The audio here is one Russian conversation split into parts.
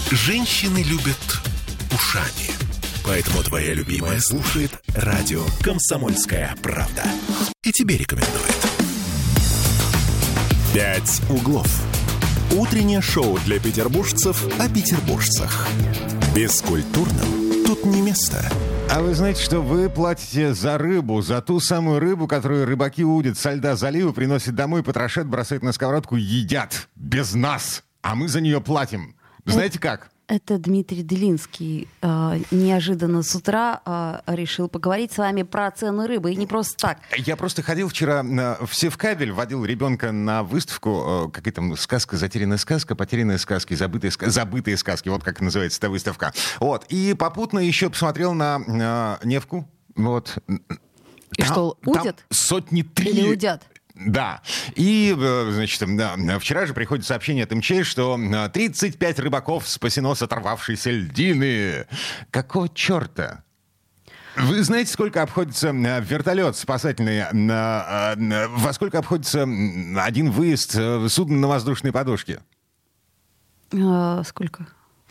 Женщины любят ушами. Поэтому твоя любимая слушает радио «Комсомольская правда». И тебе рекомендует. «Пять углов». Утреннее шоу для петербуржцев о петербуржцах. Бескультурным тут не место. А вы знаете, что вы платите за рыбу, за ту самую рыбу, которую рыбаки удят со льда залива, приносят домой, потрошат, бросают на сковородку, едят без нас. А мы за нее платим. Знаете как? Это Дмитрий Делинский неожиданно с утра решил поговорить с вами про цены рыбы. И не просто так. Я просто ходил вчера в Севкабель, водил ребенка на выставку, какая там сказка, затерянная сказка, потерянные сказки, забытые сказки, вот как называется эта выставка. Вот. И попутно еще посмотрел на Невку. Вот. И что, удят? Там сотни три. Или удят? Да. И, значит, вчера же приходит сообщение от МЧС, что 35 рыбаков спасено с оторвавшейся льдины. Какого черта? Вы знаете, сколько обходится вертолет спасательный? Во сколько обходится один выезд судна на воздушной подушке? Сколько?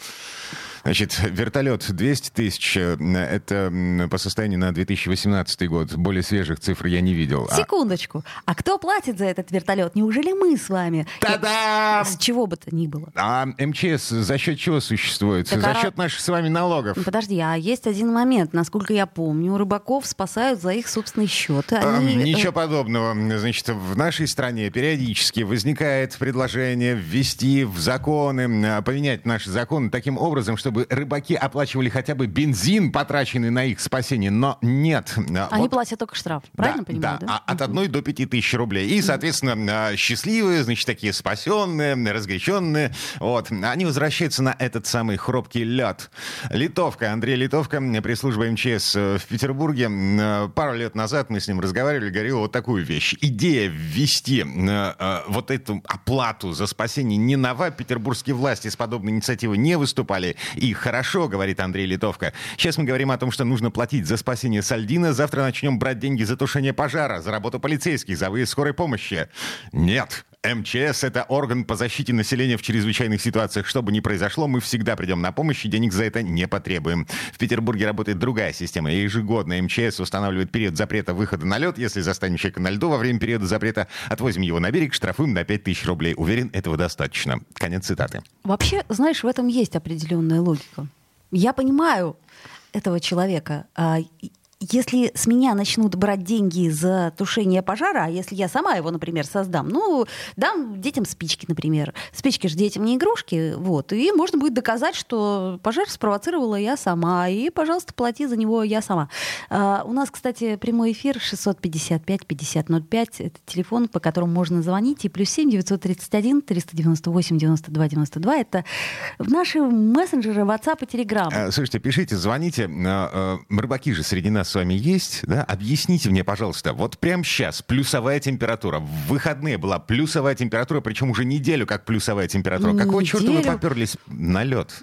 Значит, вертолет 200 тысяч, это по состоянию на 2018 год. Более свежих цифр я не видел. Секундочку. А кто платит за этот вертолет? Неужели мы с вами? Та-дам! С чего бы то ни было. А МЧС за счет чего существует? Так, за счет наших с вами налогов. Подожди, а есть один момент. Насколько я помню, рыбаков спасают за их собственный счет. Ничего подобного. Значит, в нашей стране периодически возникает предложение ввести в законы, поменять наши законы таким образом, чтобы рыбаки оплачивали хотя бы бензин, потраченный на их спасение, но нет. Они платят только штраф, правильно понимаю? Да, от 1 до 5 тысяч рублей. И, соответственно, счастливые, значит, такие спасенные, разгоряченные, вот, они возвращаются на этот самый хрупкий лед. Литовка, Андрей Литовка, пресс-служба МЧС в Петербурге. Пару лет назад мы с ним разговаривали, говорил вот такую вещь. Идея ввести вот эту оплату за спасение не нова. Петербургские власти с подобной инициативой не выступали. И хорошо, говорит Андрей Литовка. Сейчас мы говорим о том, что нужно платить за спасение с льдины. Завтра начнем брать деньги за тушение пожара, за работу полицейских, за выезд скорой помощи. Нет. МЧС — это орган по защите населения в чрезвычайных ситуациях. Что бы ни произошло, мы всегда придем на помощь и денег за это не потребуем. В Петербурге работает другая система. Ежегодно МЧС устанавливает период запрета выхода на лед. Если застанем человека на льду во время периода запрета, отвозим его на берег, штрафуем на 5000 рублей. Уверен, этого достаточно. Конец цитаты. Вообще, знаешь, в этом есть определенная логика. Я понимаю этого человека. Если с меня начнут брать деньги за тушение пожара, а если я сама его, например, создам, дам детям спички, например. Спички же детям не игрушки, вот. И можно будет доказать, что пожар спровоцировала я сама, и, пожалуйста, плати за него я сама. У нас, кстати, прямой эфир 655-5005. Это телефон, по которому можно звонить, и +7 931 398 92 92. Это наши мессенджеры WhatsApp и Telegram. Слушайте, пишите, звоните. Рыбаки же среди нас с вами есть, да? Объясните мне, пожалуйста, вот прямо сейчас плюсовая температура. В выходные была плюсовая температура, причем уже неделю как плюсовая температура. Какого черта вы поперлись на лед?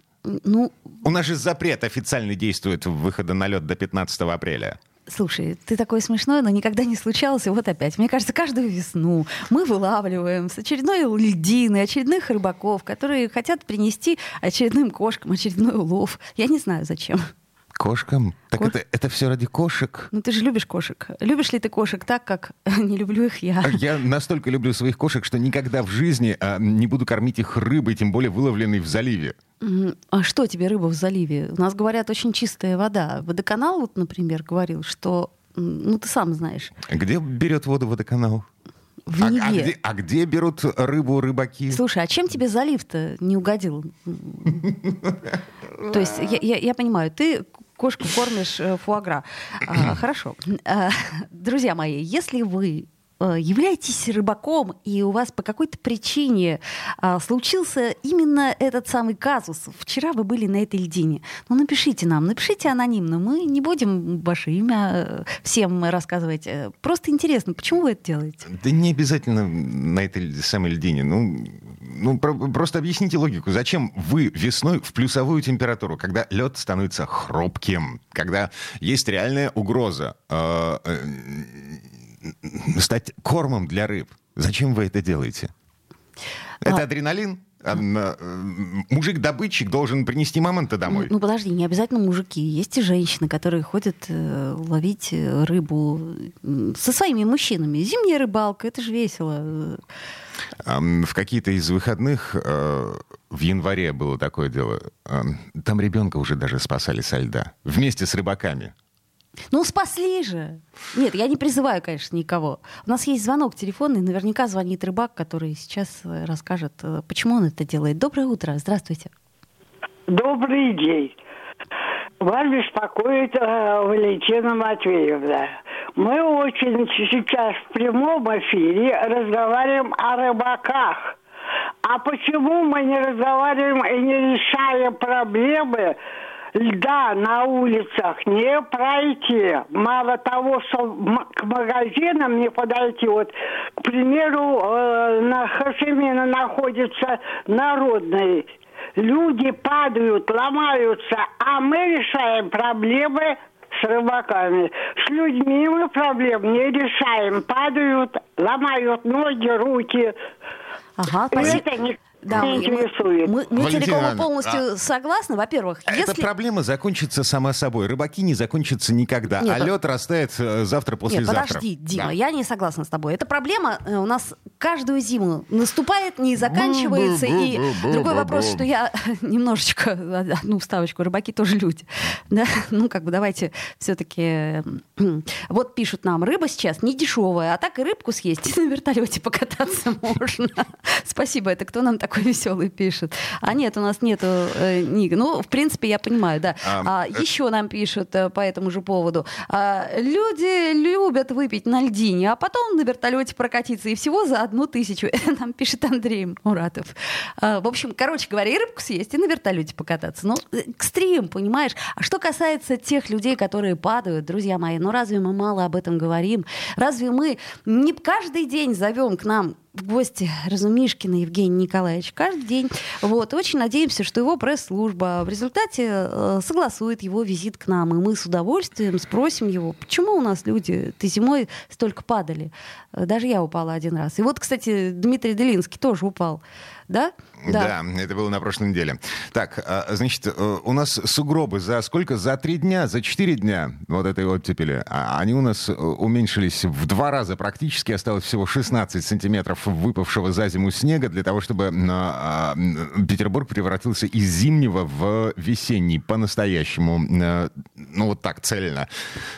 У нас же запрет официально действует выхода на лед до 15 апреля. Слушай, ты такой смешной, но никогда не случалось, и вот опять. Мне кажется, каждую весну мы вылавливаем с очередной льдины, очередных рыбаков, которые хотят принести очередным кошкам очередной улов. Я не знаю, зачем. Кошкам? Так это все ради кошек? Ну ты же любишь кошек. Любишь ли ты кошек так, как не люблю их я? Я настолько люблю своих кошек, что никогда в жизни не буду кормить их рыбой, тем более выловленной в заливе. А что тебе рыба в заливе? У нас говорят, очень чистая вода. Водоканал, вот, например, говорил, что... ты сам знаешь. Где берет воду водоканал? В Неве. А где берут рыбу рыбаки? Слушай, а чем тебе залив-то не угодил? То есть, я понимаю, ты кошку кормишь фуагра. Хорошо. Друзья мои, если вы являетесь рыбаком, и у вас по какой-то причине случился именно этот самый казус, вчера вы были на этой льдине, напишите нам, напишите анонимно, мы не будем ваше имя всем рассказывать. Просто интересно, почему вы это делаете? Да не обязательно на этой самой льдине. Просто объясните логику. Зачем вы весной в плюсовую температуру, когда лед становится хрупким, когда есть реальная угроза стать кормом для рыб? Зачем вы это делаете? Это адреналин? Мужик-добытчик должен принести мамонта домой. Ну, подожди, не обязательно мужики. Есть и женщины, которые ходят ловить рыбу со своими мужчинами. Зимняя рыбалка, это же весело. В какие-то из выходных в январе было такое дело. Там ребенка уже даже спасали со льда. Вместе с рыбаками. Ну, спасли же. Нет, я не призываю, конечно, никого. У нас есть звонок телефонный, наверняка звонит рыбак, который сейчас расскажет, почему он это делает. Доброе утро, здравствуйте. Добрый день. Вас беспокоит Валентина Матвеевна. Мы очень сейчас в прямом эфире разговариваем о рыбаках. А почему мы не разговариваем и не решаем проблемы льда на улицах? Не пройти. Мало того, что к магазинам не подойти. Вот, к примеру, на Хашимина находится Народный. Люди падают, ломаются, а мы решаем проблемы с рыбаками. С людьми мы проблем не решаем. Падают, ломают ноги, руки. Ага, спасибо. Это не Да, интересует. мы Валентина целиком и Ивановна, полностью согласны. Во-первых, Эта если... проблема закончится сама собой. Рыбаки не закончатся никогда. Нет, а лед растает завтра-послезавтра. Нет, подожди, Дима, Да. я не согласна с тобой. Эта проблема у нас каждую зиму наступает, не заканчивается. И другой вопрос, что я немножечко, одну вставочку, рыбаки тоже люди. Да? Ну, как бы давайте все-таки... Вот пишут нам, рыба сейчас не дешевая, а так и рыбку съесть, и на вертолете покататься можно. Спасибо, это кто нам такой веселый пишет? А нет, у нас нету ник. Ну, в принципе, я понимаю, да. Еще нам пишут по этому же поводу. Люди любят выпить на льдине, а потом на вертолете прокатиться. И всего за 1000. Это нам пишет Андрей Муратов. В общем, короче говоря, и рыбку съесть, и на вертолете покататься. Ну, экстрим, понимаешь? А что касается тех людей, которые падают, друзья мои, ну разве мы мало об этом говорим? Разве мы не каждый день зовем к нам в гости Разумишкина Евгения Николаевича? Каждый день. Вот. Очень надеемся, что его пресс-служба в результате согласует его визит к нам. И мы с удовольствием спросим его, почему у нас люди-то зимой столько падали. Даже я упала один раз. И вот, кстати, Дмитрий Делинский тоже упал. Да? Да, это было на прошлой неделе. Так, значит, у нас сугробы за сколько? За 3 дня, за 4 дня вот этой оттепели. Они у нас уменьшились в 2 раза практически. Осталось всего 16 сантиметров выпавшего за зиму снега для того, чтобы Петербург превратился из зимнего в весенний по-настоящему. Ну, вот так, цельно.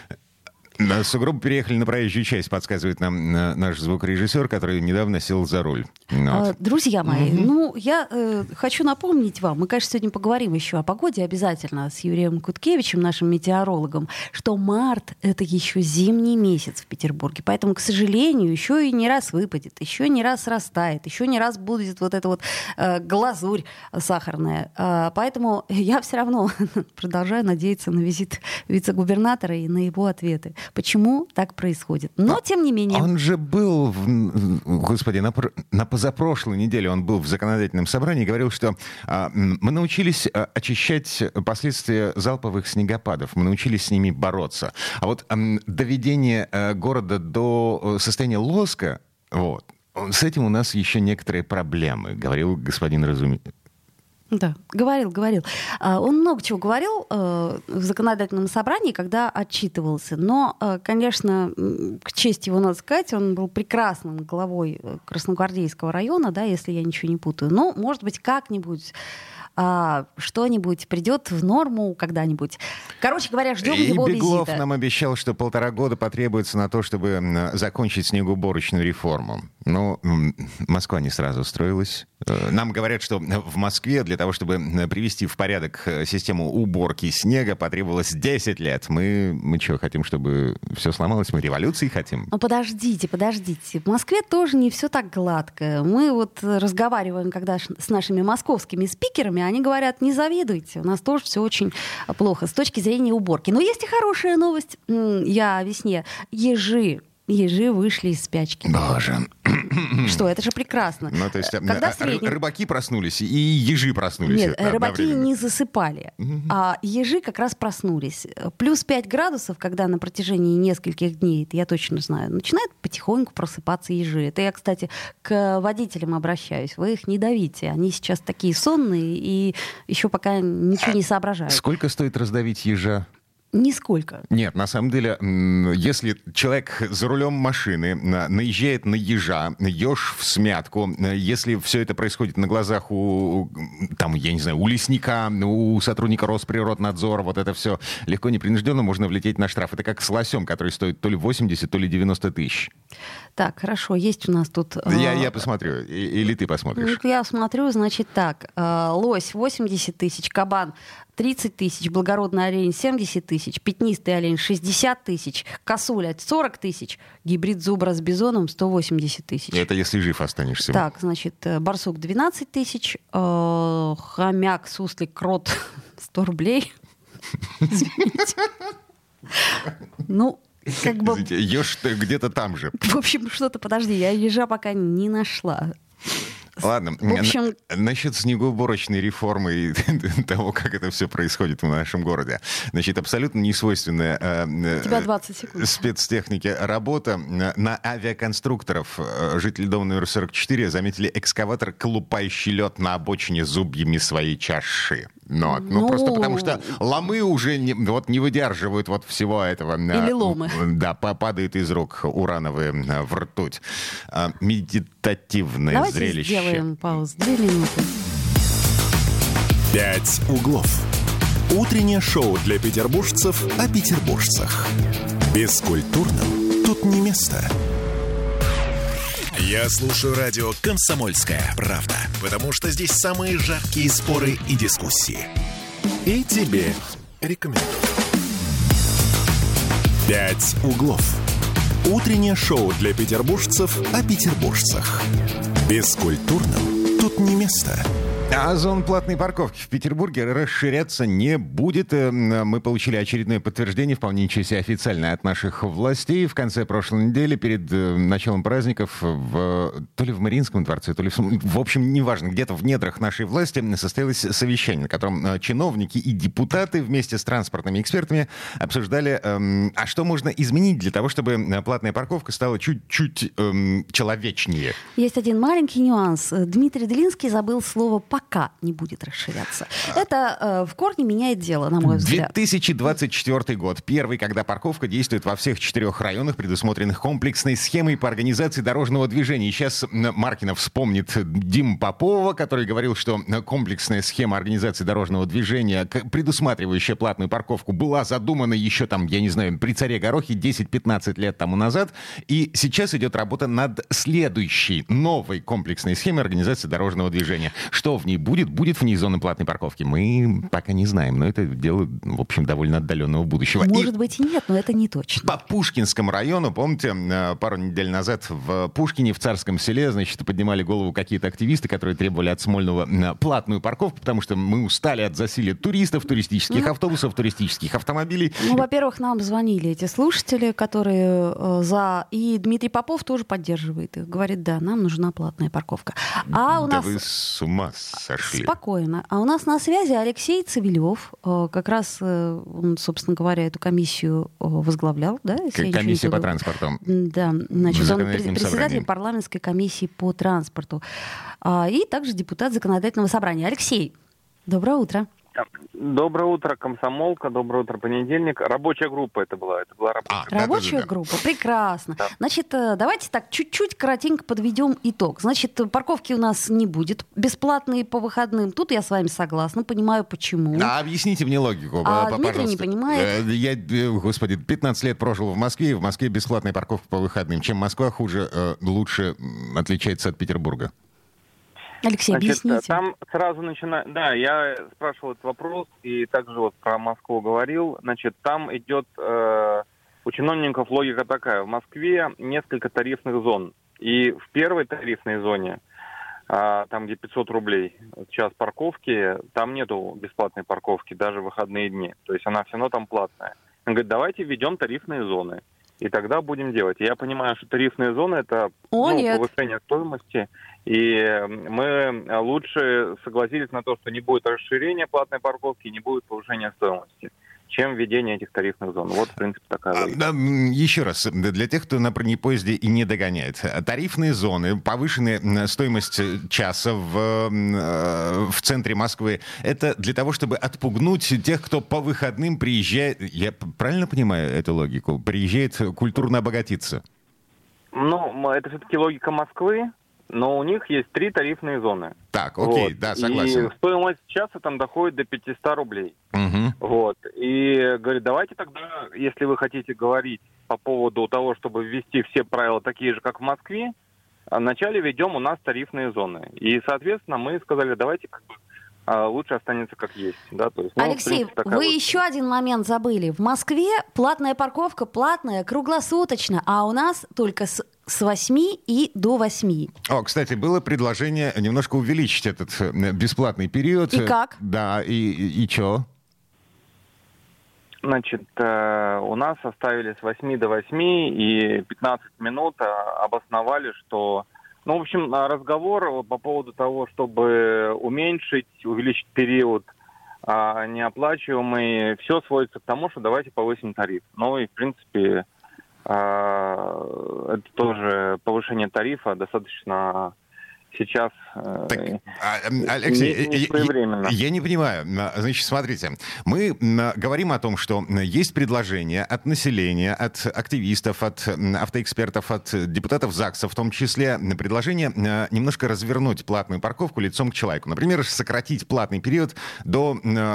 Сугробы переехали на проезжую часть, подсказывает нам наш звукорежиссер, который недавно сел за руль. Вот. Друзья мои, ну, я хочу напомнить вам, мы, конечно, сегодня поговорим еще о погоде обязательно с Юрием Куткевичем, нашим метеорологом, что март — это еще зимний месяц в Петербурге, поэтому, к сожалению, еще и не раз выпадет, еще не раз растает, еще не раз будет вот эта вот глазурь сахарная. Поэтому я все равно продолжаю надеяться на визит вице-губернатора и на его ответы. Почему так происходит? Но, тем не менее... Он же был, господи, на позапрошлой неделе он был в законодательном собрании и говорил, что мы научились очищать последствия залповых снегопадов, мы научились с ними бороться. А вот доведение города до состояния лоска, вот, с этим у нас еще некоторые проблемы, говорил господин Разумихин. Да, говорил. Он много чего говорил в законодательном собрании, когда отчитывался. Но, конечно, к чести его надо сказать, он был прекрасным главой Красногвардейского района, да, если я ничего не путаю. Но, может быть, как-нибудь что-нибудь придет в норму когда-нибудь. Короче говоря, ждем его визита. И Беглов нам обещал, что 1,5 года потребуется на то, чтобы закончить снегоуборочную реформу. Но Москва не сразу строилась. Нам говорят, что в Москве для того, чтобы привести в порядок систему уборки снега, потребовалось 10 лет. Мы что, хотим, чтобы все сломалось? Мы революции хотим? Ну, подождите. В Москве тоже не все так гладко. Мы вот разговариваем когда с нашими московскими спикерами, они говорят, не завидуйте, у нас тоже все очень плохо с точки зрения уборки. Но есть и хорошая новость. Я о весне. Ежи вышли из спячки. Боже. Что, это же прекрасно. Ну, то есть Когда в среднем... рыбаки проснулись и ежи проснулись. Нет, рыбаки не засыпали, а ежи как раз проснулись. Плюс 5 градусов, когда на протяжении нескольких дней, это я точно знаю, начинают потихоньку просыпаться ежи. Это я, кстати, к водителям обращаюсь. Вы их не давите. Они сейчас такие сонные и еще пока ничего не соображают. Сколько стоит раздавить ежа? Нисколько. Нет, на самом деле, если человек за рулем машины наезжает на ежа, еж в смятку, если все это происходит на глазах у, там, я не знаю, у лесника, у сотрудника Росприроднадзора, вот это все легко, непринужденно можно влететь на штраф. Это как с лосем, который стоит то ли 80, то ли 90 тысяч. Так, хорошо, есть у нас тут... Я посмотрю, или ты посмотришь? Я смотрю, значит так, лось 80 тысяч, кабан 30 тысяч, благородный олень 70 тысяч, пятнистый олень 60 тысяч, косуля 40 тысяч, гибрид зубра с бизоном 180 тысяч. Это если жив останешься. Так, значит, барсук 12 тысяч, хомяк, суслик, крот 100 рублей. Извините. Ну, как бы... Еж где-то там же. В общем, что-то, подожди, я ежа пока не нашла. Ладно, в общем... насчет снегоуборочной реформы и того, как это все происходит в нашем городе. Значит, абсолютно несвойственная У тебя 20 секунд. Спецтехнике работа. На авиаконструкторов жители дома номер 44 заметили экскаватор, колупающий лед на обочине зубьями своей чаши. Просто потому что ломы уже не выдерживают вот всего этого. Или ломы. Да, падает из рук урановые в ртуть. Медитативное зрелище. Давайте сделаем паузу. 2 минуты. «Пять углов». Утреннее шоу для петербуржцев о петербуржцах. Бескультурным тут не место. Я слушаю радио «Комсомольская правда», потому что здесь самые жаркие споры и дискуссии. И тебе рекомендую. «Пять углов». Утреннее шоу для петербуржцев о петербуржцах. Бескультурным тут не место. А зон платной парковки в Петербурге расширяться не будет. Мы получили очередное подтверждение, вполне ничего себе официальное, от наших властей. В конце прошлой недели, перед началом праздников, то ли в Мариинском дворце, то ли в общем, неважно, где-то в недрах нашей власти состоялось совещание, на котором чиновники и депутаты вместе с транспортными экспертами обсуждали, а что можно изменить для того, чтобы платная парковка стала чуть-чуть человечнее. Есть один маленький нюанс. Дмитрий Делинский забыл слово «пока» не будет расширяться. Это в корне меняет дело, на мой взгляд. 2024 год. Первый, когда парковка действует во всех 4 районах, предусмотренных комплексной схемой по организации дорожного движения. И сейчас Маркинов вспомнит Диму Попова, который говорил, что комплексная схема организации дорожного движения, предусматривающая платную парковку, была задумана еще там, я не знаю, при царе Горохе 10-15 лет тому назад. И сейчас идет работа над следующей, новой комплексной схемой организации дорожного движения. Что в ней будет? Будет в ней зона платной парковки? Мы пока не знаем, но это дело, в общем, довольно отдаленного будущего. Может быть и нет, но это не точно. По Пушкинскому району, помните, пару недель назад в Пушкине, в Царском селе, значит, поднимали голову какие-то активисты, которые требовали от Смольного платную парковку, потому что мы устали от засилия туристов, туристических автобусов, туристических автомобилей. Во-первых, нам звонили эти слушатели, которые за... И Дмитрий Попов тоже поддерживает их. Говорит, да, нам нужна платная парковка. А у нас... вы с ума сошли. Спокойно. А у нас на связи Алексей Цивилев. Как раз он, собственно говоря, эту комиссию возглавлял, да? Комиссия по транспорту. Да, значит, он председатель парламентской комиссии по транспорту. И также депутат законодательного собрания. Алексей, доброе утро. Доброе утро, комсомолка, доброе утро, понедельник. Рабочая группа это была рабочая группа, прекрасно. Да. Значит, давайте так чуть-чуть коротенько подведем итог. Значит, парковки у нас не будет, бесплатные по выходным. Тут я с вами согласна, понимаю почему. Объясните мне логику, Дмитрий пожалуйста. не понимает. Я, господи, 15 лет прожил в Москве, и в Москве бесплатная парковка по выходным. Чем Москва хуже, лучше отличается от Петербурга? Алексей, объясните. Там сразу начинаю... Да, я спрашивал этот вопрос и также вот про Москву говорил. Значит, там идет... у чиновников логика такая. В Москве несколько тарифных зон. И в первой тарифной зоне, там где 500 рублей в час парковки, там нету бесплатной парковки даже в выходные дни. То есть она все равно там платная. Он говорит, давайте введем тарифные зоны. и тогда будем делать. Я понимаю, что тарифные зоны – это повышение стоимости, и мы лучше согласились на то, что не будет расширения платной парковки, не будет повышения стоимости, чем введение этих тарифных зон. Вот, в принципе, такая логика. Еще раз, для тех, кто на бронепоезде и не догоняет. Тарифные зоны, повышенная стоимость часа в центре Москвы, это для того, чтобы отпугнуть тех, кто по выходным приезжает, я правильно понимаю эту логику, приезжает культурно обогатиться? Ну, это все-таки логика Москвы, но у них есть 3 тарифные зоны. Так, окей, вот. Да, согласен. И стоимость часа там доходит до 500 рублей. Угу. Вот. И говорит, давайте тогда, если вы хотите говорить по поводу того, чтобы ввести все правила такие же, как в Москве, вначале введем у нас тарифные зоны. И, соответственно, мы сказали, давайте лучше останется как есть. Да? То есть, Алексей, в принципе, вы еще один момент забыли. В Москве платная парковка платная круглосуточно, а у нас только с 8 и до 8. О, кстати, было предложение немножко увеличить этот бесплатный период. И как? Да, и что? Значит, у нас оставили с 8 до 8 и 15 минут обосновали, что... Ну, в общем, разговор по поводу того, чтобы увеличить период неоплачиваемый, все сводится к тому, что давайте повысим тариф. Ну и, в принципе, это тоже повышение тарифа достаточно сейчас Алексей, несвоевременно. Я не понимаю. Значит, смотрите, мы говорим о том, что есть предложение от населения, от активистов, от автоэкспертов, от депутатов ЗАГСа, в том числе предложение немножко развернуть платную парковку лицом к человеку. Например, сократить платный период до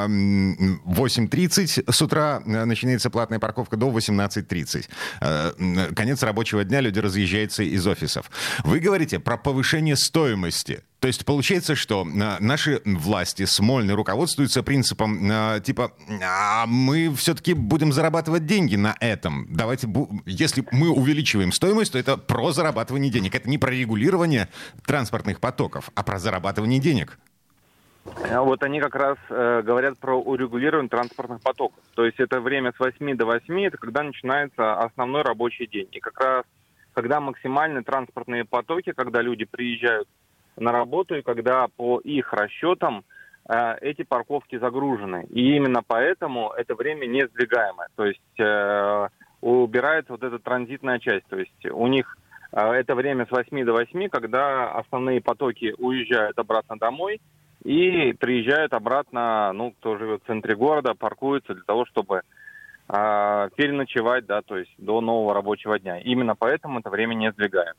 8:30 с утра начинается платная парковка до 18:30. Конец рабочего дня, люди разъезжаются из офисов. Вы говорите про повышение стоимости. То есть получается, что наши власти Смольные руководствуются принципом типа мы все-таки будем зарабатывать деньги на этом. Давайте, если мы увеличиваем стоимость, то это про зарабатывание денег. Это не про регулирование транспортных потоков, а про зарабатывание денег. Вот они как раз говорят про урегулирование транспортных потоков. То есть это время с 8 до 8, это когда начинается основной рабочий день. И как раз когда максимальны транспортные потоки, когда люди приезжают на работу, и когда по их расчетам эти парковки загружены. И именно поэтому это время не сдвигаемое. То есть убирается вот эта транзитная часть. То есть у них это время с 8 до 8, когда основные потоки уезжают обратно домой и приезжают обратно, кто живет в центре города, паркуются для того, чтобы переночевать, да, то есть до нового рабочего дня. Именно поэтому это время не сдвигаем.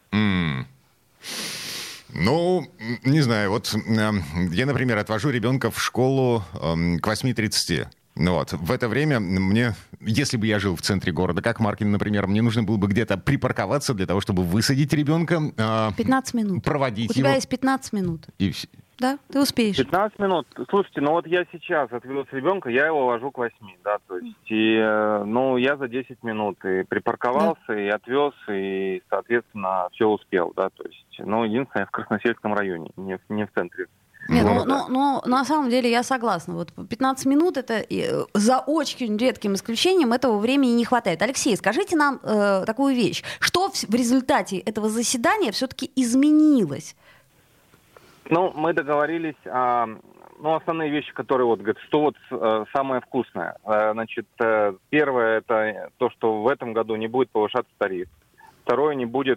Ну, не знаю, вот я, например, отвожу ребенка в школу к 8:30. Вот. В это время мне, если бы я жил в центре города, как Маркин, например, мне нужно было бы где-то припарковаться для того, чтобы высадить ребенка. 15 минут. Проводить его. У тебя есть 15 минут. И все. Да, ты успеешь. 15 минут. Слушайте, вот я сейчас отвез ребенка, я его вожу к 8, да, то есть, и, я за 10 минут и припарковался, и отвез, и, соответственно, все успел, да, то есть, единственное, в Красносельском районе, не в центре. Нет, на самом деле я согласна. Вот 15 минут это за очень редким исключением этого времени не хватает. Алексей, скажите нам такую вещь. Что в результате этого заседания все-таки изменилось? Мы договорились основные вещи, которые что самое вкусное. Значит, первое это то, что в этом году не будет повышаться тариф. Второе, не будет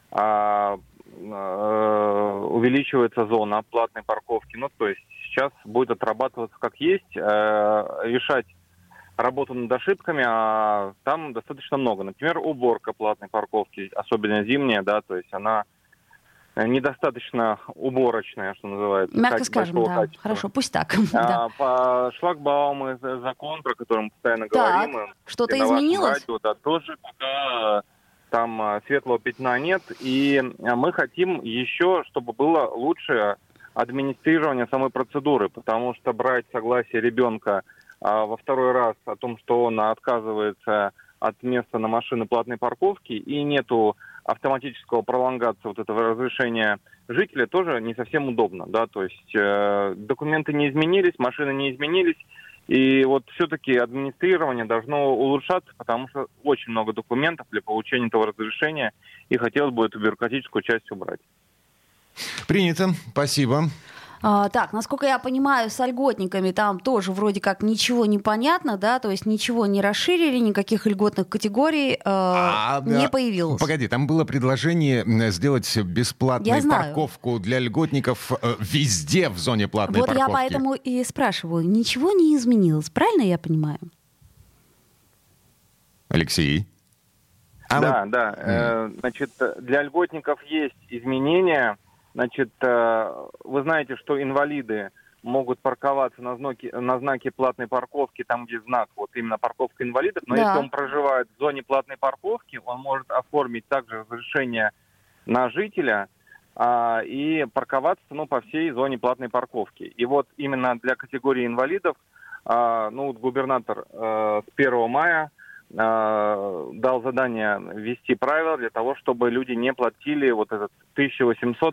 увеличивается зона платной парковки. То есть сейчас будет отрабатываться как есть, решать работу над ошибками, а там достаточно много. Например, уборка платной парковки, особенно зимняя, да, то есть она недостаточно уборочная, что называется. Мягко скажем, да. Качества. Хорошо, пусть так. По шлагбауму, закон, про который мы постоянно говорим. Что-то изменилось? Радио, да, тоже пока там светлого пятна нет. И мы хотим еще, чтобы было лучше администрирование самой процедуры, потому что брать согласие ребенка во второй раз о том, что он отказывается от места на машины платной парковки и нету автоматического пролонгации этого разрешения жителя, тоже не совсем удобно, да, то есть документы не изменились, машины не изменились, И вот все-таки администрирование должно улучшаться, потому что очень много документов для получения этого разрешения, и хотелось бы эту бюрократическую часть убрать. Принято. Спасибо. Так, насколько я понимаю, с льготниками там тоже вроде как ничего не понятно, да, то есть ничего не расширили, никаких льготных категорий не появилось. Погоди, там было предложение сделать бесплатную парковку для льготников везде в зоне платной парковки. Вот я поэтому и спрашиваю, ничего не изменилось, правильно я понимаю? Алексей? Да. Значит, для льготников есть изменения. Значит, вы знаете, что инвалиды могут парковаться на знаке платной парковки, там, где знак, вот именно парковка инвалидов, но если он проживает в зоне платной парковки, он может оформить также разрешение на жителя и парковаться по всей зоне платной парковки. И вот именно для категории инвалидов губернатор с 1 мая дал задание ввести правила для того, чтобы люди не платили вот этот 1800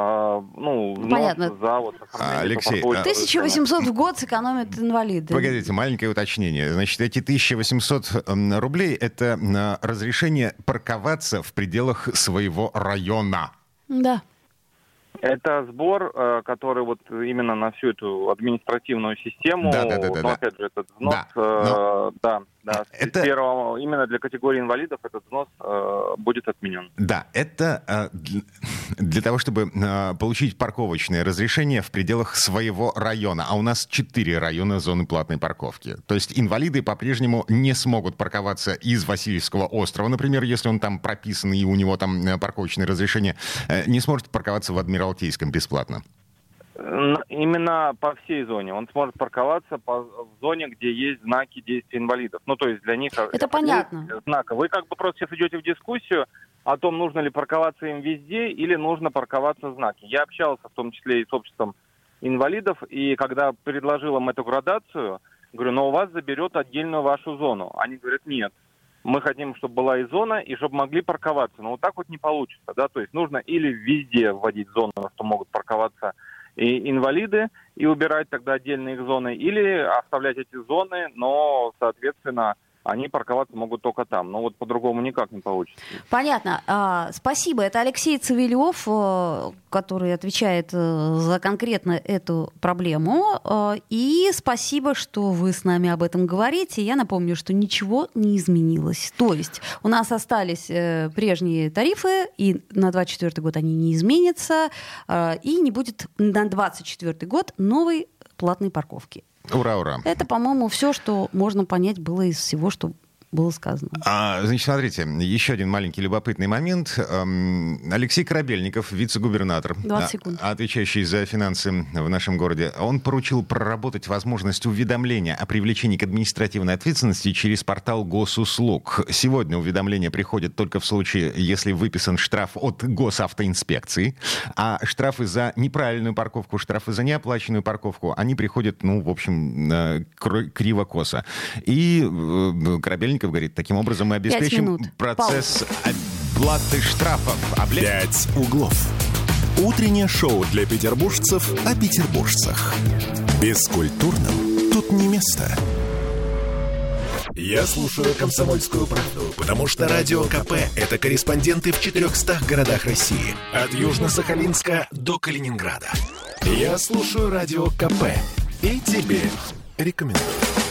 Понятно. За вот оформление. Алексей, 1800 в год сэкономят инвалиды. Погодите, маленькое уточнение. Значит, эти 1800 рублей — это разрешение парковаться в пределах своего района. Да. Это сбор, который вот именно на всю эту административную систему, опять же, этот взнос, Это... именно для категории инвалидов этот взнос будет отменен. Да, это для того, чтобы получить парковочное разрешение в пределах своего района. А у нас 4 района зоны платной парковки. То есть инвалиды по-прежнему не смогут парковаться из Васильевского острова, например, если он там прописан и у него там парковочное разрешение, не сможет парковаться в Адмиралтейском бесплатно. Именно по всей зоне. Он сможет парковаться в зоне, где есть знаки действия инвалидов. Ну, то есть для них... Это понятно. Знака. Вы как бы просто сейчас идете в дискуссию о том, нужно ли парковаться им везде или нужно парковаться в знаке. Я общался в том числе и с обществом инвалидов, и когда предложил им эту градацию, говорю, но у вас заберет отдельную вашу зону. Они говорят, нет. Мы хотим, чтобы была и зона, и чтобы могли парковаться. Но вот так вот не получится, да, то есть нужно или везде вводить зону, что могут парковаться и инвалиды, и убирать тогда отдельные их зоны, или оставлять эти зоны, но, соответственно, они парковаться могут только там. Но вот по-другому никак не получится. Понятно. Спасибо. Это Алексей Цивилев, который отвечает за конкретно эту проблему. И спасибо, что вы с нами об этом говорите. Я напомню, что ничего не изменилось. То есть у нас остались прежние тарифы, и на 2024 год они не изменятся, и не будет на 2024 год новой платной парковки. Ура, ура. Это, по-моему, все, что можно понять было из всего, что было сказано. Значит, смотрите, еще один маленький любопытный момент. Алексей Корабельников, вице-губернатор, 20 секунд. Отвечающий за финансы в нашем городе, он поручил проработать возможность уведомления о привлечении к административной ответственности через портал госуслуг. Сегодня уведомление приходит только в случае, если выписан штраф от госавтоинспекции, а штрафы за неправильную парковку, штрафы за неоплаченную парковку, они приходят, в общем, криво-косо. И Корабельников говорит, таким образом мы обеспечим процесс оплаты штрафов. 5 углов. Утреннее шоу для петербуржцев о петербуржцах. Бескультурным тут не место. Я слушаю «Комсомольскую правду», потому что Радио КП — это корреспонденты в 400 городах России. От Южно-Сахалинска до Калининграда. Я слушаю Радио КП и тебе рекомендую.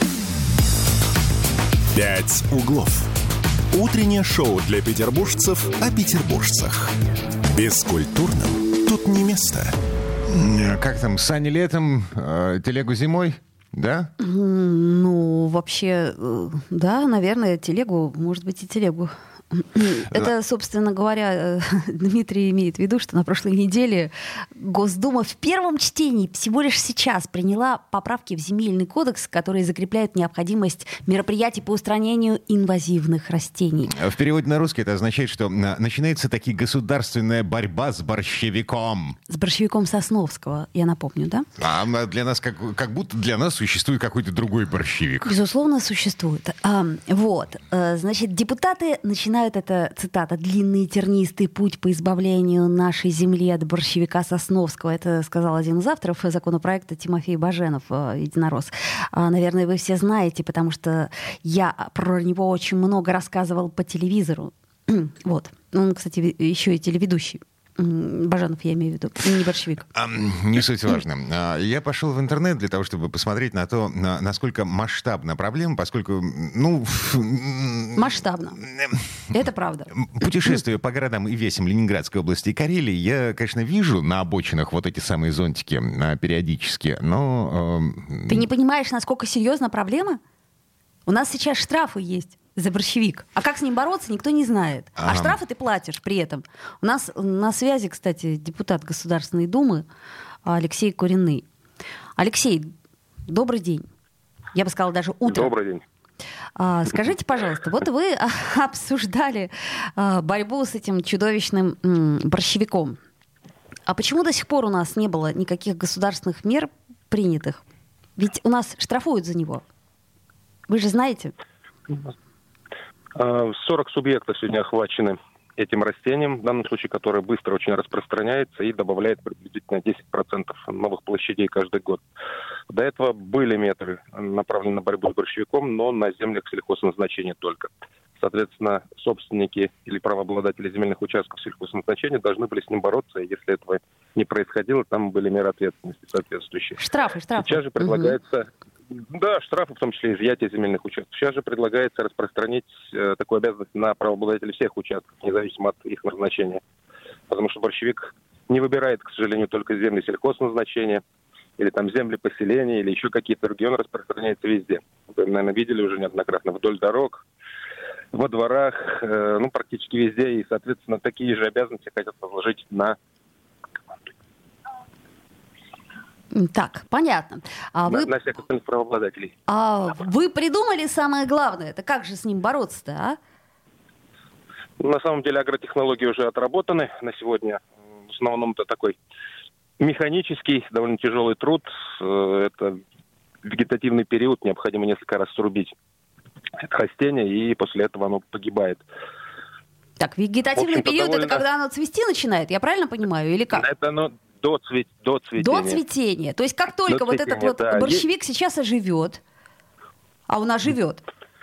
5 углов. Утреннее шоу для петербуржцев о петербуржцах. Бескультурным тут не место. Как там, сани летом, телегу зимой? Да? Вообще, да, наверное, телегу, может быть, и телегу. Это, собственно говоря, Дмитрий имеет в виду, что на прошлой неделе Госдума в первом чтении всего лишь сейчас приняла поправки в Земельный кодекс, которые закрепляют необходимость мероприятий по устранению инвазивных растений. В переводе на русский это означает, что начинается таки государственная борьба с борщевиком. С борщевиком Сосновского, я напомню, да? А для нас, как будто для нас существует какой-то другой борщевик. Безусловно, существует. Значит, депутаты начинают напоминает эта цитата «длинный и тернистый путь по избавлению нашей земли от борщевика Сосновского». Это сказал один из авторов законопроекта Тимофей Баженов, единорос. Наверное, вы все знаете, потому что я про него очень много рассказывал по телевизору. Вот. Он, кстати, еще и телеведущий. Баженов, я имею в виду, не борщевик. Не суть важно. Я пошел в интернет для того, чтобы посмотреть на то, насколько масштабна проблема, поскольку, Масштабно. Это правда. Путешествуя по городам и весям Ленинградской области и Карелии, я, конечно, вижу на обочинах вот эти самые зонтики периодически, но... Ты не понимаешь, насколько серьезна проблема? У нас сейчас штрафы есть за борщевик. А как с ним бороться, никто не знает. А штрафы ты платишь при этом. У нас на связи, кстати, депутат Государственной Думы Алексей Куриный. Алексей, добрый день. Я бы сказала, даже утро. Добрый день. Скажите, пожалуйста, вот вы обсуждали борьбу с этим чудовищным борщевиком. А почему до сих пор у нас не было никаких государственных мер принятых? Ведь у нас штрафуют за него. Вы же знаете? 40 субъектов сегодня охвачены этим растением, в данном случае, которое быстро очень распространяется и добавляет приблизительно 10% новых площадей каждый год. До этого были метры, направленные на борьбу с борщевиком, но на землях сельхозназначения только. Соответственно, собственники или правообладатели земельных участков сельхозназначения должны были с ним бороться, и если этого не происходило, там были меры ответственности соответствующие. Штрафы. Сейчас же предлагается... Да, штрафы, в том числе изъятие земельных участков. Сейчас же предлагается распространить такую обязанность на правообладателей всех участков, независимо от их назначения. Потому что борщевик не выбирает, к сожалению, только земли сельхозназначения, или там земли поселения, или еще какие-то другие. Он распространяется везде. Вы, наверное, видели уже неоднократно вдоль дорог, во дворах, практически везде. И, соответственно, такие же обязанности хотят возложить на... Так, понятно. На всех остальных правообладателей. Вы придумали самое главное. Это как же с ним бороться-то, а? На самом деле агротехнологии уже отработаны на сегодня. В основном это такой механический, довольно тяжелый труд. Это вегетативный период. Необходимо несколько раз срубить это растение, и после этого оно погибает. Так, вегетативный период это когда оно цвести начинает, я правильно понимаю, или как? Это оно до цветения. До цветения. То есть как только вот этот вот борщевик сейчас оживет, а он оживет,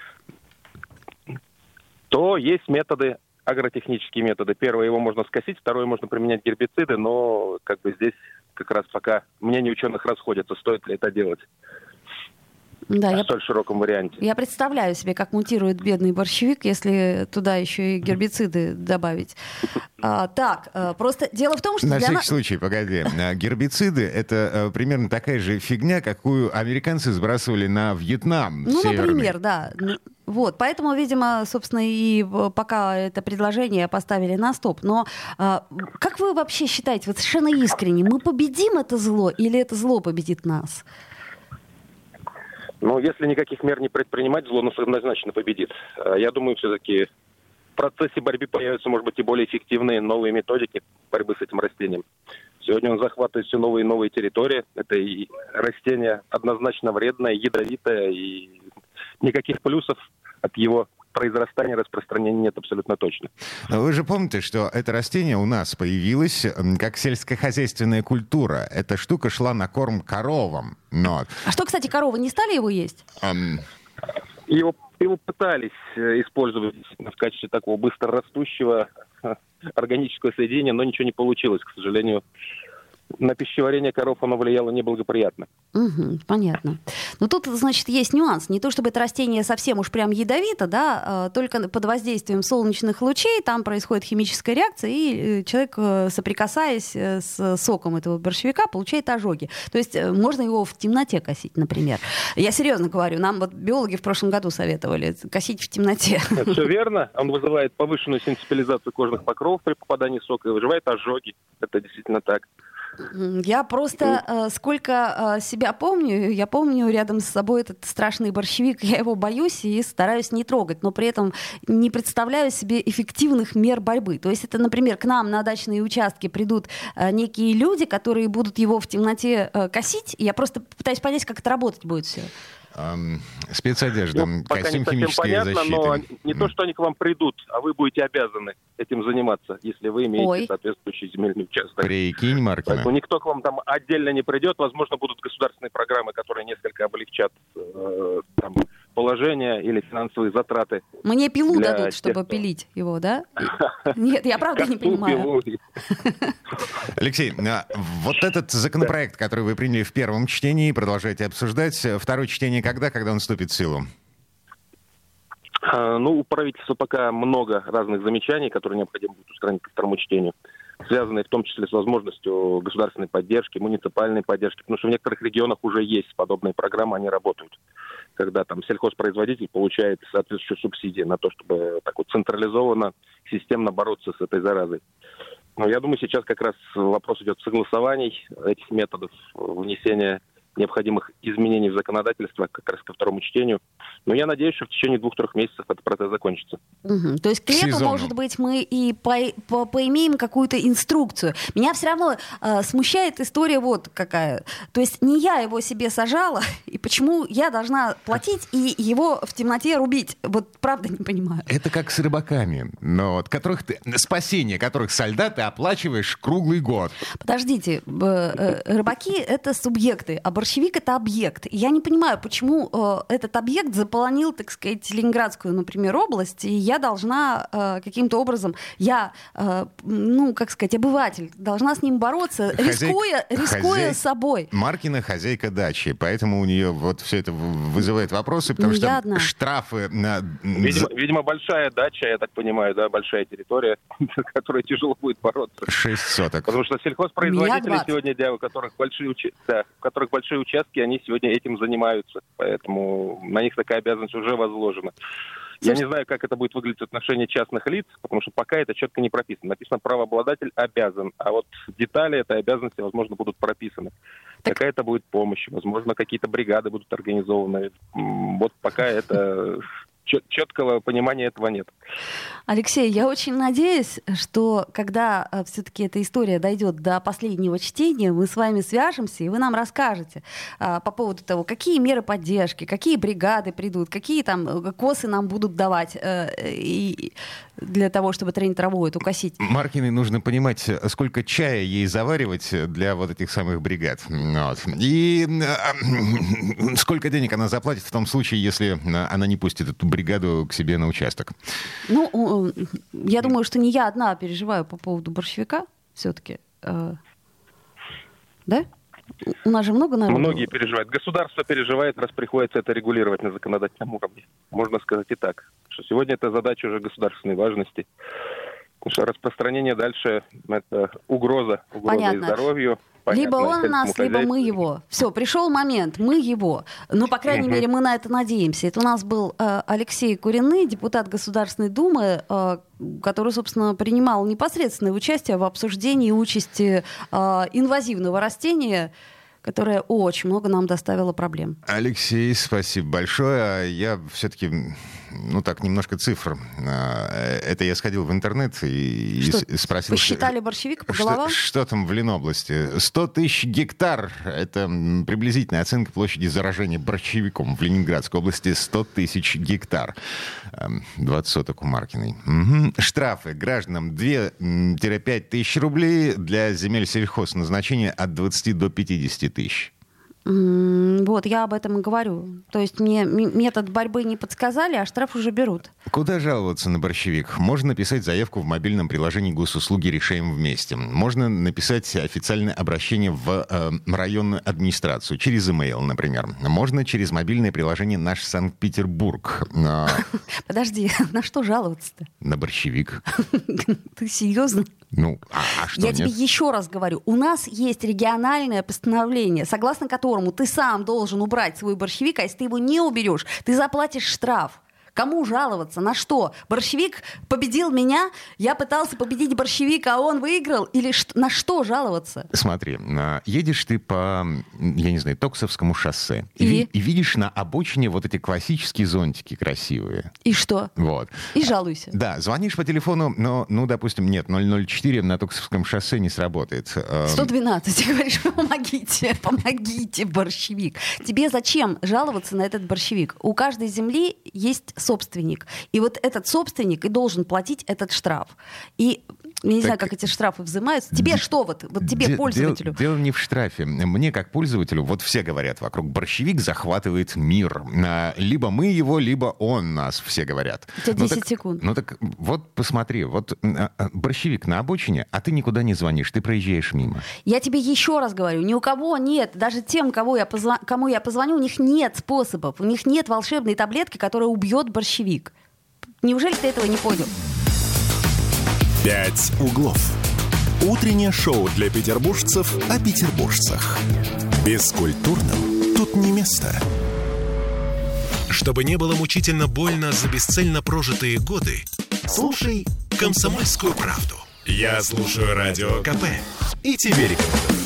то есть методы, агротехнические методы. Первое, его можно скосить, второе, можно применять гербициды, но как бы здесь как раз пока мнения ученых расходятся, стоит ли это делать. Да, в столь широком варианте. Я представляю себе, как мутирует бедный борщевик, если туда еще и гербициды добавить. Просто дело в том, что... На всякий случай, погоди. Гербициды — это примерно такая же фигня, какую американцы сбрасывали на Вьетнам. Например, да. Вот, поэтому, видимо, собственно, и пока это предложение поставили на стоп. Но как вы вообще считаете, вот совершенно искренне, мы победим это зло или это зло победит нас? Если никаких мер не предпринимать, зло однозначно победит. Я думаю, все-таки в процессе борьбы появятся, может быть, и более эффективные новые методики борьбы с этим растением. Сегодня он захватывает все новые и новые территории. Это и растение однозначно вредное, ядовитое, и никаких плюсов от его произрастания, распространения нет абсолютно точно. Вы же помните, что это растение у нас появилось как сельскохозяйственная культура. Эта штука шла на корм коровам. А что, кстати, коровы не стали его есть? Его пытались использовать в качестве такого быстрорастущего органического соединения, но ничего не получилось, к сожалению. На пищеварение коров оно влияло неблагоприятно. Понятно. Но тут, значит, есть нюанс. Не то чтобы это растение совсем уж прям ядовито, да, только под воздействием солнечных лучей там происходит химическая реакция, и человек, соприкасаясь с соком этого борщевика, получает ожоги. То есть можно его в темноте косить, например. Я серьезно говорю, нам вот биологи в прошлом году советовали косить в темноте. Все верно. Он вызывает повышенную сенсибилизацию кожных покровов при попадании сока и вызывает ожоги. Это действительно так. Я просто сколько себя помню, я помню рядом с собой этот страшный борщевик, я его боюсь и стараюсь не трогать, но при этом не представляю себе эффективных мер борьбы. То есть это, например, к нам на дачные участки придут некие люди, которые будут его в темноте косить, и я просто пытаюсь понять, как это работать будет все. Спецодежда, Пока костюм, не совсем химическая понятно, защита. но не то, что они к вам придут, а вы будете обязаны этим заниматься, если вы имеете Ой. соответствующий земельный участок. Прикинь, Маркина. Поэтому никто к вам там отдельно не придет. Возможно, будут государственные программы, которые несколько облегчат там, положение или финансовые затраты. Мне пилу Для дадут, тех, чтобы кто- пилить его, да? Нет, я правда не понимаю. Алексей, вот этот законопроект, который вы приняли в первом чтении, продолжаете обсуждать, второе чтение когда он вступит в силу? У правительства пока много разных замечаний, которые необходимо будет устранить ко второму чтению, связанные в том числе с возможностью государственной поддержки, муниципальной поддержки, потому что в некоторых регионах уже есть подобные программы, они работают, когда там сельхозпроизводитель получает соответствующую субсидию на то, чтобы так вот централизованно, системно бороться с этой заразой. Но я думаю, сейчас как раз вопрос идет согласований этих методов, внесения необходимых изменений в законодательство как раз ко второму чтению. Но я надеюсь, что в течение 2-3 месяцев этот процесс закончится. Мгм. То есть к лету, сезону. может быть, мы и поимеем какую-то инструкцию. Меня все равно смущает история вот какая. То есть не я его себе сажала, и почему я должна платить и его в темноте рубить? Вот правда не понимаю. Это как с рыбаками, но от спасение которых со льда ты оплачиваешь круглый год. Подождите, рыбаки — это субъекты, а борщевик — это объект. И я не понимаю, почему этот объект заполонил, так сказать, Ленинградскую, например, область, и я должна каким-то образом, обыватель, должна с ним бороться, рискуя собой. Маркина хозяйка дачи, поэтому у нее вот все это вызывает вопросы, потому Не что я одна. штрафы... Видимо, большая дача, я так понимаю, да, большая территория, за которой тяжело будет бороться. 6 соток. Потому что Меня сельхозпроизводители 20. сегодня, у которых большие участки, они сегодня этим занимаются. Поэтому на них такая обязанность уже возложена. Я не знаю, как это будет выглядеть в отношении частных лиц, потому что пока это четко не прописано. Написано, правообладатель обязан, а вот детали этой обязанности, возможно, будут прописаны. Какая-то будет помощь, возможно, какие-то бригады будут организованы. Вот пока это... Четкого понимания этого нет. Алексей, я очень надеюсь, что когда все-таки эта история дойдет до последнего чтения, мы с вами свяжемся, и вы нам расскажете по поводу того, какие меры поддержки, какие бригады придут, какие там косы нам будут давать и для того, чтобы тренить траву эту косить. Маркиной нужно понимать, сколько чая ей заваривать для вот этих самых бригад. Вот. И сколько денег она заплатит в том случае, если она не пустит эту бригаду к себе на участок. Ну, я думаю, что не я одна переживаю по поводу борщевика все-таки. Да? У нас же много народу. Многие переживают. Государство переживает, раз приходится это регулировать на законодательном уровне. Можно сказать и так, что сегодня это задача уже государственной важности. Потому что распространение дальше — это угроза и здоровью. Либо он нас, либо мы его. Все, пришел момент, мы его. Ну, по крайней мере, мы на это надеемся. Это у нас был Алексей Куриный, депутат Государственной Думы, который, собственно, принимал непосредственное участие в обсуждении участи инвазивного растения, которое очень много нам доставило проблем. Алексей, спасибо большое. Я все-таки, немножко цифр. Это я сходил в интернет и спросил... Посчитали борщевик по головам? Что там в Ленобласти? 100 тысяч гектар. Это приблизительная оценка площади заражения борщевиком в Ленинградской области. 100 тысяч гектар. 20 соток у Маркиной. Угу. Штрафы гражданам 2-5 тысяч рублей. Для земель сельхозназначения от 20 до 50 тысяч. Вот, я об этом и говорю. То есть мне метод борьбы не подсказали, а штраф уже берут. Куда жаловаться на борщевик? Можно написать заявку в мобильном приложении госуслуги «Решаем вместе». Можно написать официальное обращение в районную администрацию, через имейл, например. Можно через мобильное приложение «Наш Санкт-Петербург». Подожди, на что жаловаться-то? На борщевик. Ты серьезно? Что Я нет? тебе еще раз говорю, у нас есть региональное постановление, согласно которому ты сам должен убрать свой борщевик, а если ты его не уберешь, ты заплатишь штраф. Кому жаловаться? На что? Борщевик победил меня, я пытался победить борщевика, а он выиграл? Или на что жаловаться? Смотри, едешь ты по, я не знаю, Токсовскому шоссе. И видишь на обочине вот эти классические зонтики красивые. И что? Вот. И жалуйся. Да, звонишь по телефону, но, допустим, нет, 004 на Токсовском шоссе не сработает. 112, говоришь, помогите, борщевик. Тебе зачем жаловаться на этот борщевик? У каждой земли есть собственник. И вот этот собственник и должен платить этот штраф. И я не знаю, как эти штрафы взимаются. Тебе что вот тебе, пользователю? Дело не в штрафе. Мне, как пользователю, вот все говорят вокруг, борщевик захватывает мир. Либо мы его, либо он нас, все говорят. У тебя 10 секунд. Ну так вот посмотри, вот борщевик на обочине, а ты никуда не звонишь, ты проезжаешь мимо. Я тебе еще раз говорю, ни у кого нет, даже тем, кому я позвоню, у них нет способов, у них нет волшебной таблетки, которая убьет борщевик. Неужели ты этого не понял? «Пять углов». Утреннее шоу для петербуржцев о петербуржцах. Бескультурным тут не место. Чтобы не было мучительно больно за бесцельно прожитые годы, слушай «Комсомольскую правду». Я слушаю Радио КП и тебе рекомендую.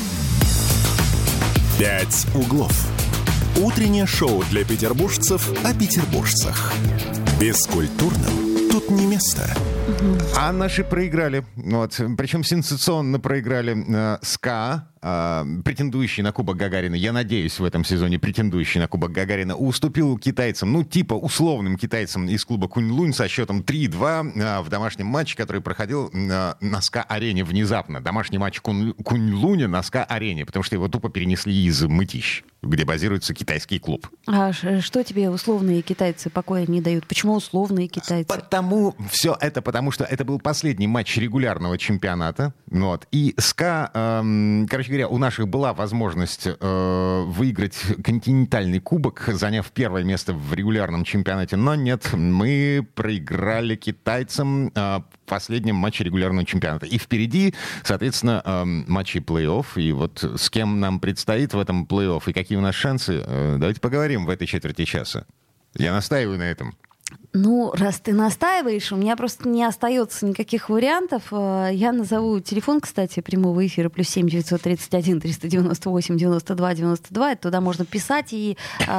«Пять углов». Утреннее шоу для петербуржцев о петербуржцах. Бескультурным тут не место. А наши проиграли. Вот. Причем сенсационно проиграли СКА, претендующий на Кубок Гагарина, я надеюсь, в этом сезоне претендующий на Кубок Гагарина, уступил китайцам, ну, типа условным китайцам из клуба Кунь-Лунь со счетом 3-2 в домашнем матче, который проходил на СКА-арене внезапно. Домашний матч Кунь-Луня на СКА-арене, потому что его тупо перенесли из Мытищ, где базируется китайский клуб. А что тебе условные китайцы покоя не дают? Почему условные китайцы? Потому что это был последний матч регулярного чемпионата. Вот, и СКА, короче говоря, у наших была возможность выиграть континентальный кубок, заняв первое место в регулярном чемпионате, но нет, мы проиграли китайцам в последнем матче регулярного чемпионата. И впереди, соответственно, матчи плей-офф, и вот с кем нам предстоит в этом плей-офф, и какие у нас шансы, давайте поговорим в этой четверти часа. Я настаиваю на этом. Ну, раз ты настаиваешь, у меня просто не остается никаких вариантов. Я назову телефон, кстати, прямого эфира, +7 931 398 92 92. Туда можно писать и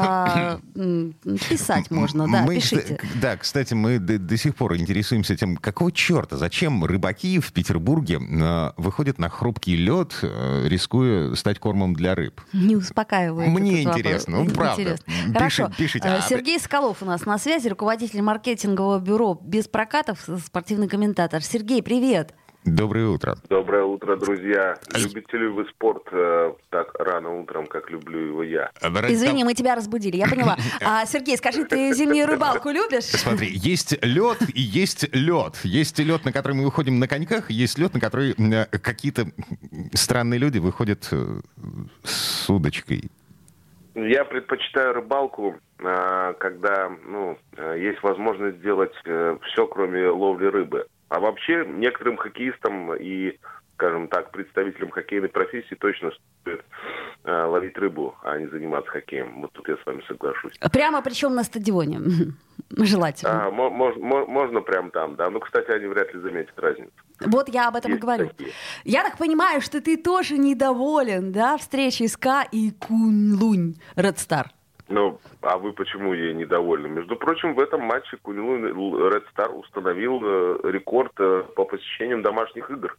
писать можно, да, пишите. Да, кстати, мы до сих пор интересуемся тем, какого черта, зачем рыбаки в Петербурге выходят на хрупкий лед, рискуя стать кормом для рыб. Не успокаивает. Мне интересно, ну правда. Интересно. Хорошо. Пишите. Сергей Соколов у нас на связи, руководитель маркетингового бюро «Без прокатов», спортивный комментатор. Сергей, привет! Доброе утро. Доброе утро, друзья. Любите ли вы спорт так рано утром, как люблю его я? Извини, мы тебя разбудили, я поняла. Сергей, скажи, ты зимнюю рыбалку любишь? Смотри, есть лед и есть лед. Есть лед, на который мы выходим на коньках, и есть лед, на который какие-то странные люди выходят с удочкой. Я предпочитаю рыбалку, когда есть возможность сделать все, кроме ловли рыбы. А вообще некоторым хоккеистам и, скажем так, представителям хоккейной профессии точно стоит ловить рыбу, а не заниматься хоккеем. Вот тут я с вами соглашусь. Прямо причем на стадионе? Желательно. Можно прямо там, да. Ну, кстати, они вряд ли заметят разницу. Вот я об этом и говорю. Такие. Я так понимаю, что ты тоже недоволен, да, встречей СКА и Кунь-Лунь Ред Стар. Ну, а вы почему ей недовольны? Между прочим, в этом матче Кунь-Лунь Ред Стар установил рекорд по посещениям домашних игр.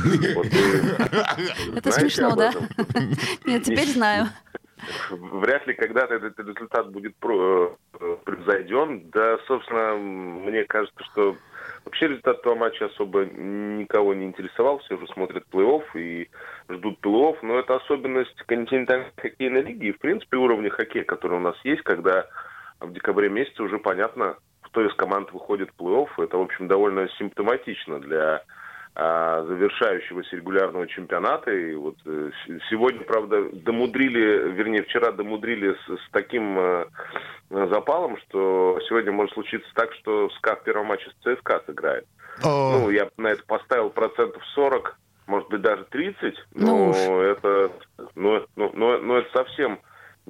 Это смешно, да? Нет, теперь знаю. Вряд ли когда-то этот результат будет превзойден. Да, собственно, мне кажется, что вообще результат этого матча особо никого не интересовал. Все уже смотрят плей-офф и ждут плей-офф. Но это особенность континентальной хоккейной лиги и, в принципе, уровня хоккея, который у нас есть, когда в декабре месяце уже понятно, кто из команд выходит в плей-офф. Это, в общем, довольно симптоматично для завершающегося регулярного чемпионата. И вот сегодня, правда, вчера домудрили с таким запалом, что сегодня может случиться так, что СКА в первом матче с ЦСКА сыграет. Ну, я на это поставил 40%, может быть, даже 30%, но это совсем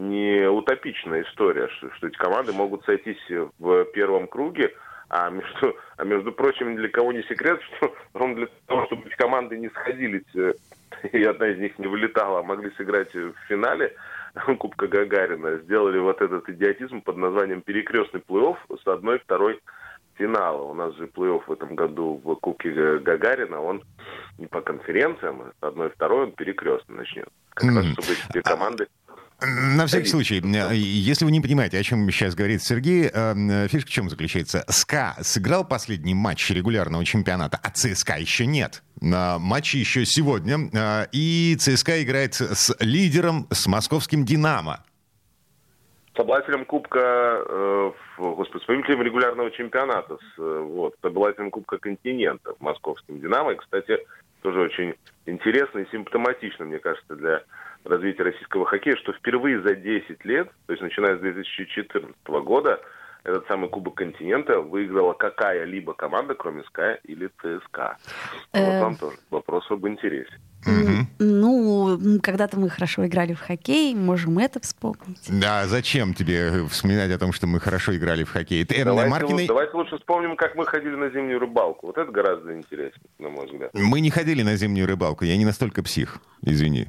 не утопичная история, что эти команды могут сойтись в первом круге, а между прочим, ни для кого не секрет, что ровно для того, чтобы эти команды не сходились, и одна из них не вылетала, а могли сыграть в финале Кубка Гагарина, сделали вот этот идиотизм под названием перекрестный плей-офф с 1-2 финала. У нас же плей-офф в этом году в Кубке Гагарина, он не по конференциям, а с 1-2 он перекрестный начнет. Как раз, чтобы эти две команды... На всякий случай, если вы не понимаете, о чем сейчас говорит Сергей, фишка в чем заключается? СКА сыграл последний матч регулярного чемпионата, а ЦСКА еще нет. Матчи еще сегодня, и ЦСКА играет с лидером, с московским «Динамо». С обладателем Кубка, с победителем регулярного чемпионата, с обладателем Кубка континента, московским «Динамо». И, кстати, тоже очень интересно и симптоматично, мне кажется, для развития российского хоккея, что впервые за 10 лет, то есть начиная с 2014 года, этот самый Кубок континента выиграла какая-либо команда, кроме СКА или ЦСКА. Вот вам тоже вопрос об интересе. Ну, когда-то мы хорошо играли в хоккей, можем это вспомнить. Да, зачем тебе вспоминать о том, что мы хорошо играли в хоккей? Давайте лучше вспомним, как мы ходили на зимнюю рыбалку. Вот это гораздо интереснее, на мой взгляд. Мы не ходили на зимнюю рыбалку, я не настолько псих, извини.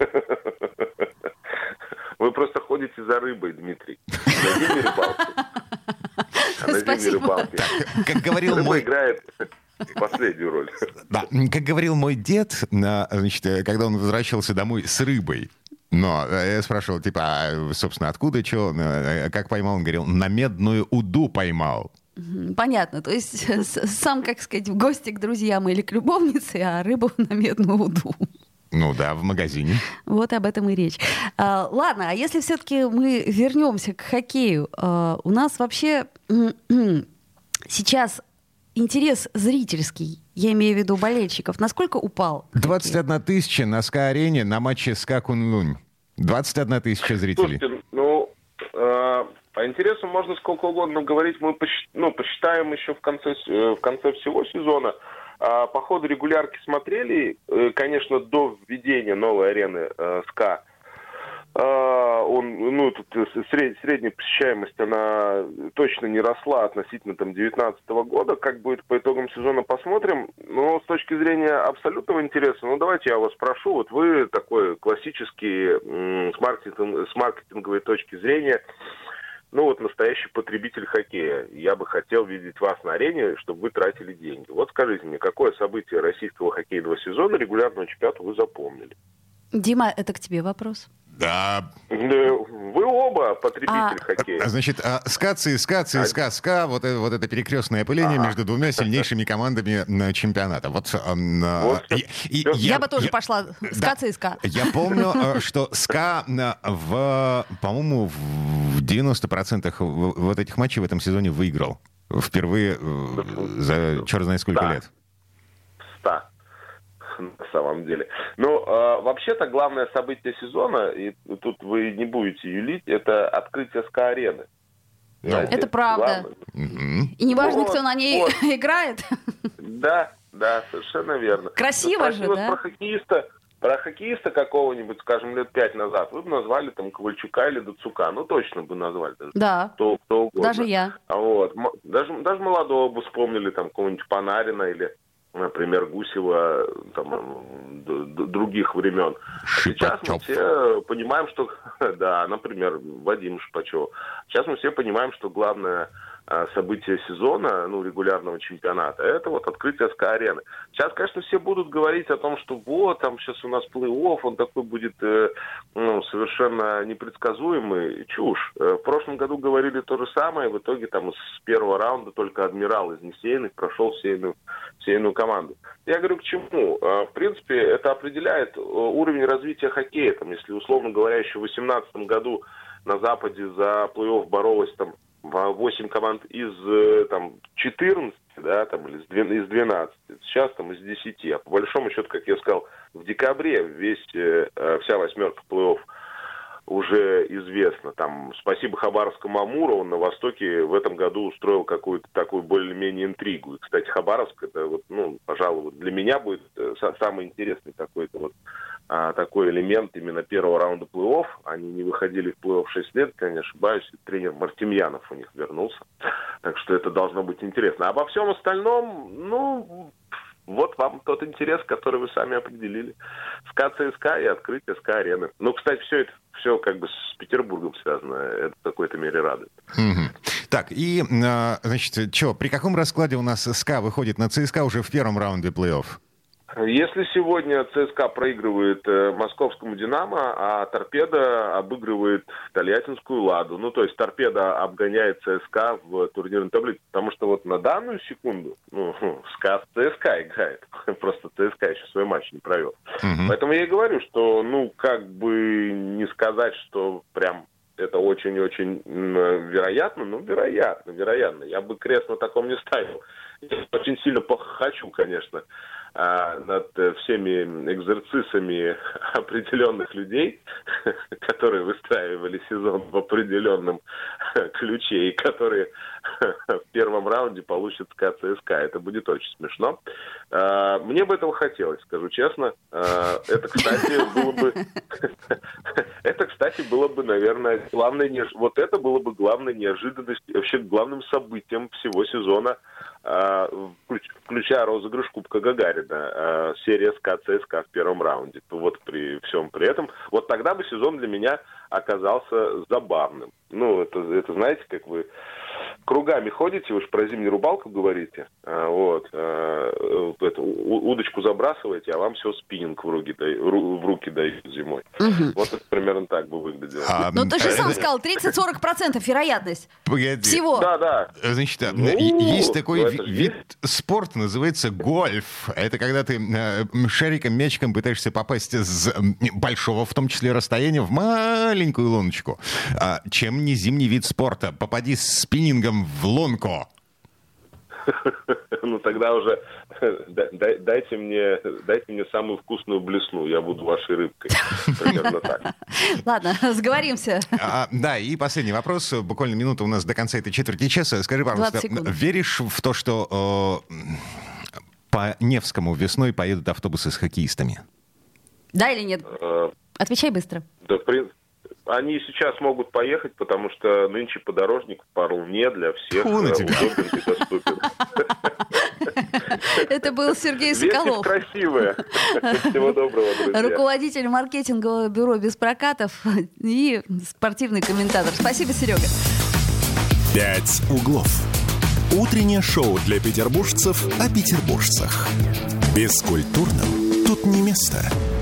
Вы просто ходите за рыбой, Дмитрий. На зимней рыбалке. А на зимней рыбалке как говорил рыба играет последнюю роль. Да, как говорил мой дед, значит, когда он возвращался домой с рыбой, но я спрашивал, собственно, откуда, что, как поймал? Он говорил, на медную уду поймал. Понятно, то есть сам, как сказать, в гости к друзьям или к любовнице, а рыбу на медную уду. Ну да, в магазине. Вот об этом и речь. Ладно, а если все-таки мы вернемся к хоккею, у нас вообще сейчас интерес зрительский, я имею в виду болельщиков, насколько упал? 21 тысяча на СКА-арене на матче СКА Куньлунь. 21 тысяча зрителей. Слушайте, по интересу можно сколько угодно говорить. Мы посчитаем еще в конце всего сезона. По ходу регулярки смотрели, конечно, до введения новой арены СКА. Средняя посещаемость, она точно не росла относительно 2019 года. Как будет по итогам сезона, посмотрим. Но с точки зрения абсолютного интереса, давайте я вас спрошу. Вот вы такой классический с маркетинговой точки зрения, настоящий потребитель хоккея. Я бы хотел видеть вас на арене, чтобы вы тратили деньги. Вот скажите мне, какое событие российского хоккейного сезона регулярного чемпионата вы запомнили? Дима, это к тебе вопрос. Да. Вы оба потребитель хоккея. Значит, СКА, вот это перекрестное опыление между двумя сильнейшими командами чемпионата. Я бы тоже пошла СКА. Я помню, что СКА, по-моему, в 90% вот этих матчей в этом сезоне выиграл. Впервые за черт знает сколько лет. 100. На самом деле. Вообще-то главное событие сезона, и тут вы не будете юлить, это открытие СКА-арены. Это правда. И неважно, кто на ней играет. Да, совершенно верно. Красиво же, да? Про хоккеиста какого-нибудь, скажем, лет 5 назад, вы бы назвали Ковальчука или Дацука. Точно бы назвали. Да, кто угодно. Даже я. Даже молодого бы вспомнили, какого-нибудь Панарина или, например, Гусева, других времен. Сейчас мы все понимаем, что... Да, например, Вадим Шпачев. Сейчас мы все понимаем, что главное событие сезона, регулярного чемпионата, это открытие СКА-арены. Сейчас, конечно, все будут говорить о том, что сейчас у нас плей-офф, он такой будет совершенно непредсказуемый. Чушь. В прошлом году говорили то же самое, в итоге с первого раунда только адмирал из несеянных прошел сеянную команду. Я говорю, к чему? В принципе, это определяет уровень развития хоккея. Если, условно говоря, еще в 2018 году на Западе за плей-офф боролось 8 команд из 14, или из 12, сейчас из 10. А по большому счету, как я сказал, в декабре вся восьмерка плей-офф уже известно. Там, спасибо Хабаровскому Амуру, он на Востоке в этом году устроил какую-то такую более-менее интригу. И, кстати, Хабаровск, это вот, пожалуй, для меня будет самый интересный какой-то вот такой элемент именно первого раунда плей-офф. Они не выходили в плей-офф 6 лет, конечно, ошибаюсь. Тренер Мартемьянов у них вернулся. Так что это должно быть интересно. А обо всем остальном, вот вам тот интерес, который вы сами определили. СКА ЦСКА и открытие СКА-арены. Кстати, все как бы с Петербургом связано. Это в какой-то мере радует. Так, и, значит, при каком раскладе у нас СКА выходит на ЦСКА уже в первом раунде плей-офф? Если сегодня ЦСКА проигрывает московскому «Динамо», а «Торпедо» обыгрывает тольяттинскую «Ладу», то есть «Торпедо» обгоняет ЦСКА в турнирной таблице, потому что вот на данную секунду СКА с ЦСКА играет, просто ЦСКА еще свой матч не провел. Поэтому я и говорю, что, как бы не сказать, что прям это очень-очень вероятно, вероятно. Я бы крест на таком не ставил. Я очень сильно похохочу, конечно, над всеми экзерцисами определенных людей, которые выстраивали сезон в определенном ключе и которые в первом раунде получат СКА ЦСКА. Это будет очень смешно. Мне бы этого хотелось, скажу честно. Это, кстати, было бы, наверное, это было бы главной неожиданностью, вообще главным событием всего сезона, включая розыгрыш Кубка Гагарина, серия СКА ЦСКА в первом раунде. Вот при всем при этом, вот тогда бы сезон для меня оказался забавным. Это знаете, как вы кругами ходите, вы же про зимнюю рыбалку говорите, удочку забрасываете, а вам все спиннинг в руки дают зимой. Вот это примерно так бы выглядело. Ты же сам сказал, 30-40% вероятность. Погоди. Всего. Да. Значит, есть такой вид спорта, называется гольф. Это когда ты шариком, мячиком пытаешься попасть с большого, в том числе, расстояния в маленькую луночку. Чем не зимний вид спорта? Попади с спиннингом в лунку. Тогда уже дайте мне самую вкусную блесну, я буду вашей рыбкой. Примерно так. Ладно, сговоримся. Да, и последний вопрос. Буквально минута у нас до конца этой четверти часа. Скажи, пожалуйста, веришь в то, что по Невскому весной поедут автобусы с хоккеистами? Да или нет? Отвечай быстро. Да, они сейчас могут поехать, потому что нынче подорожник вполне для всех удобен и доступен. Это был Сергей Соколов. Вещь красивая. Всего доброго, друзья. Руководитель маркетингового бюро «Без прокатов» и спортивный комментатор. Спасибо, Серега. «Пять углов». Утреннее шоу для петербуржцев о петербуржцах. Бескультурным тут не место.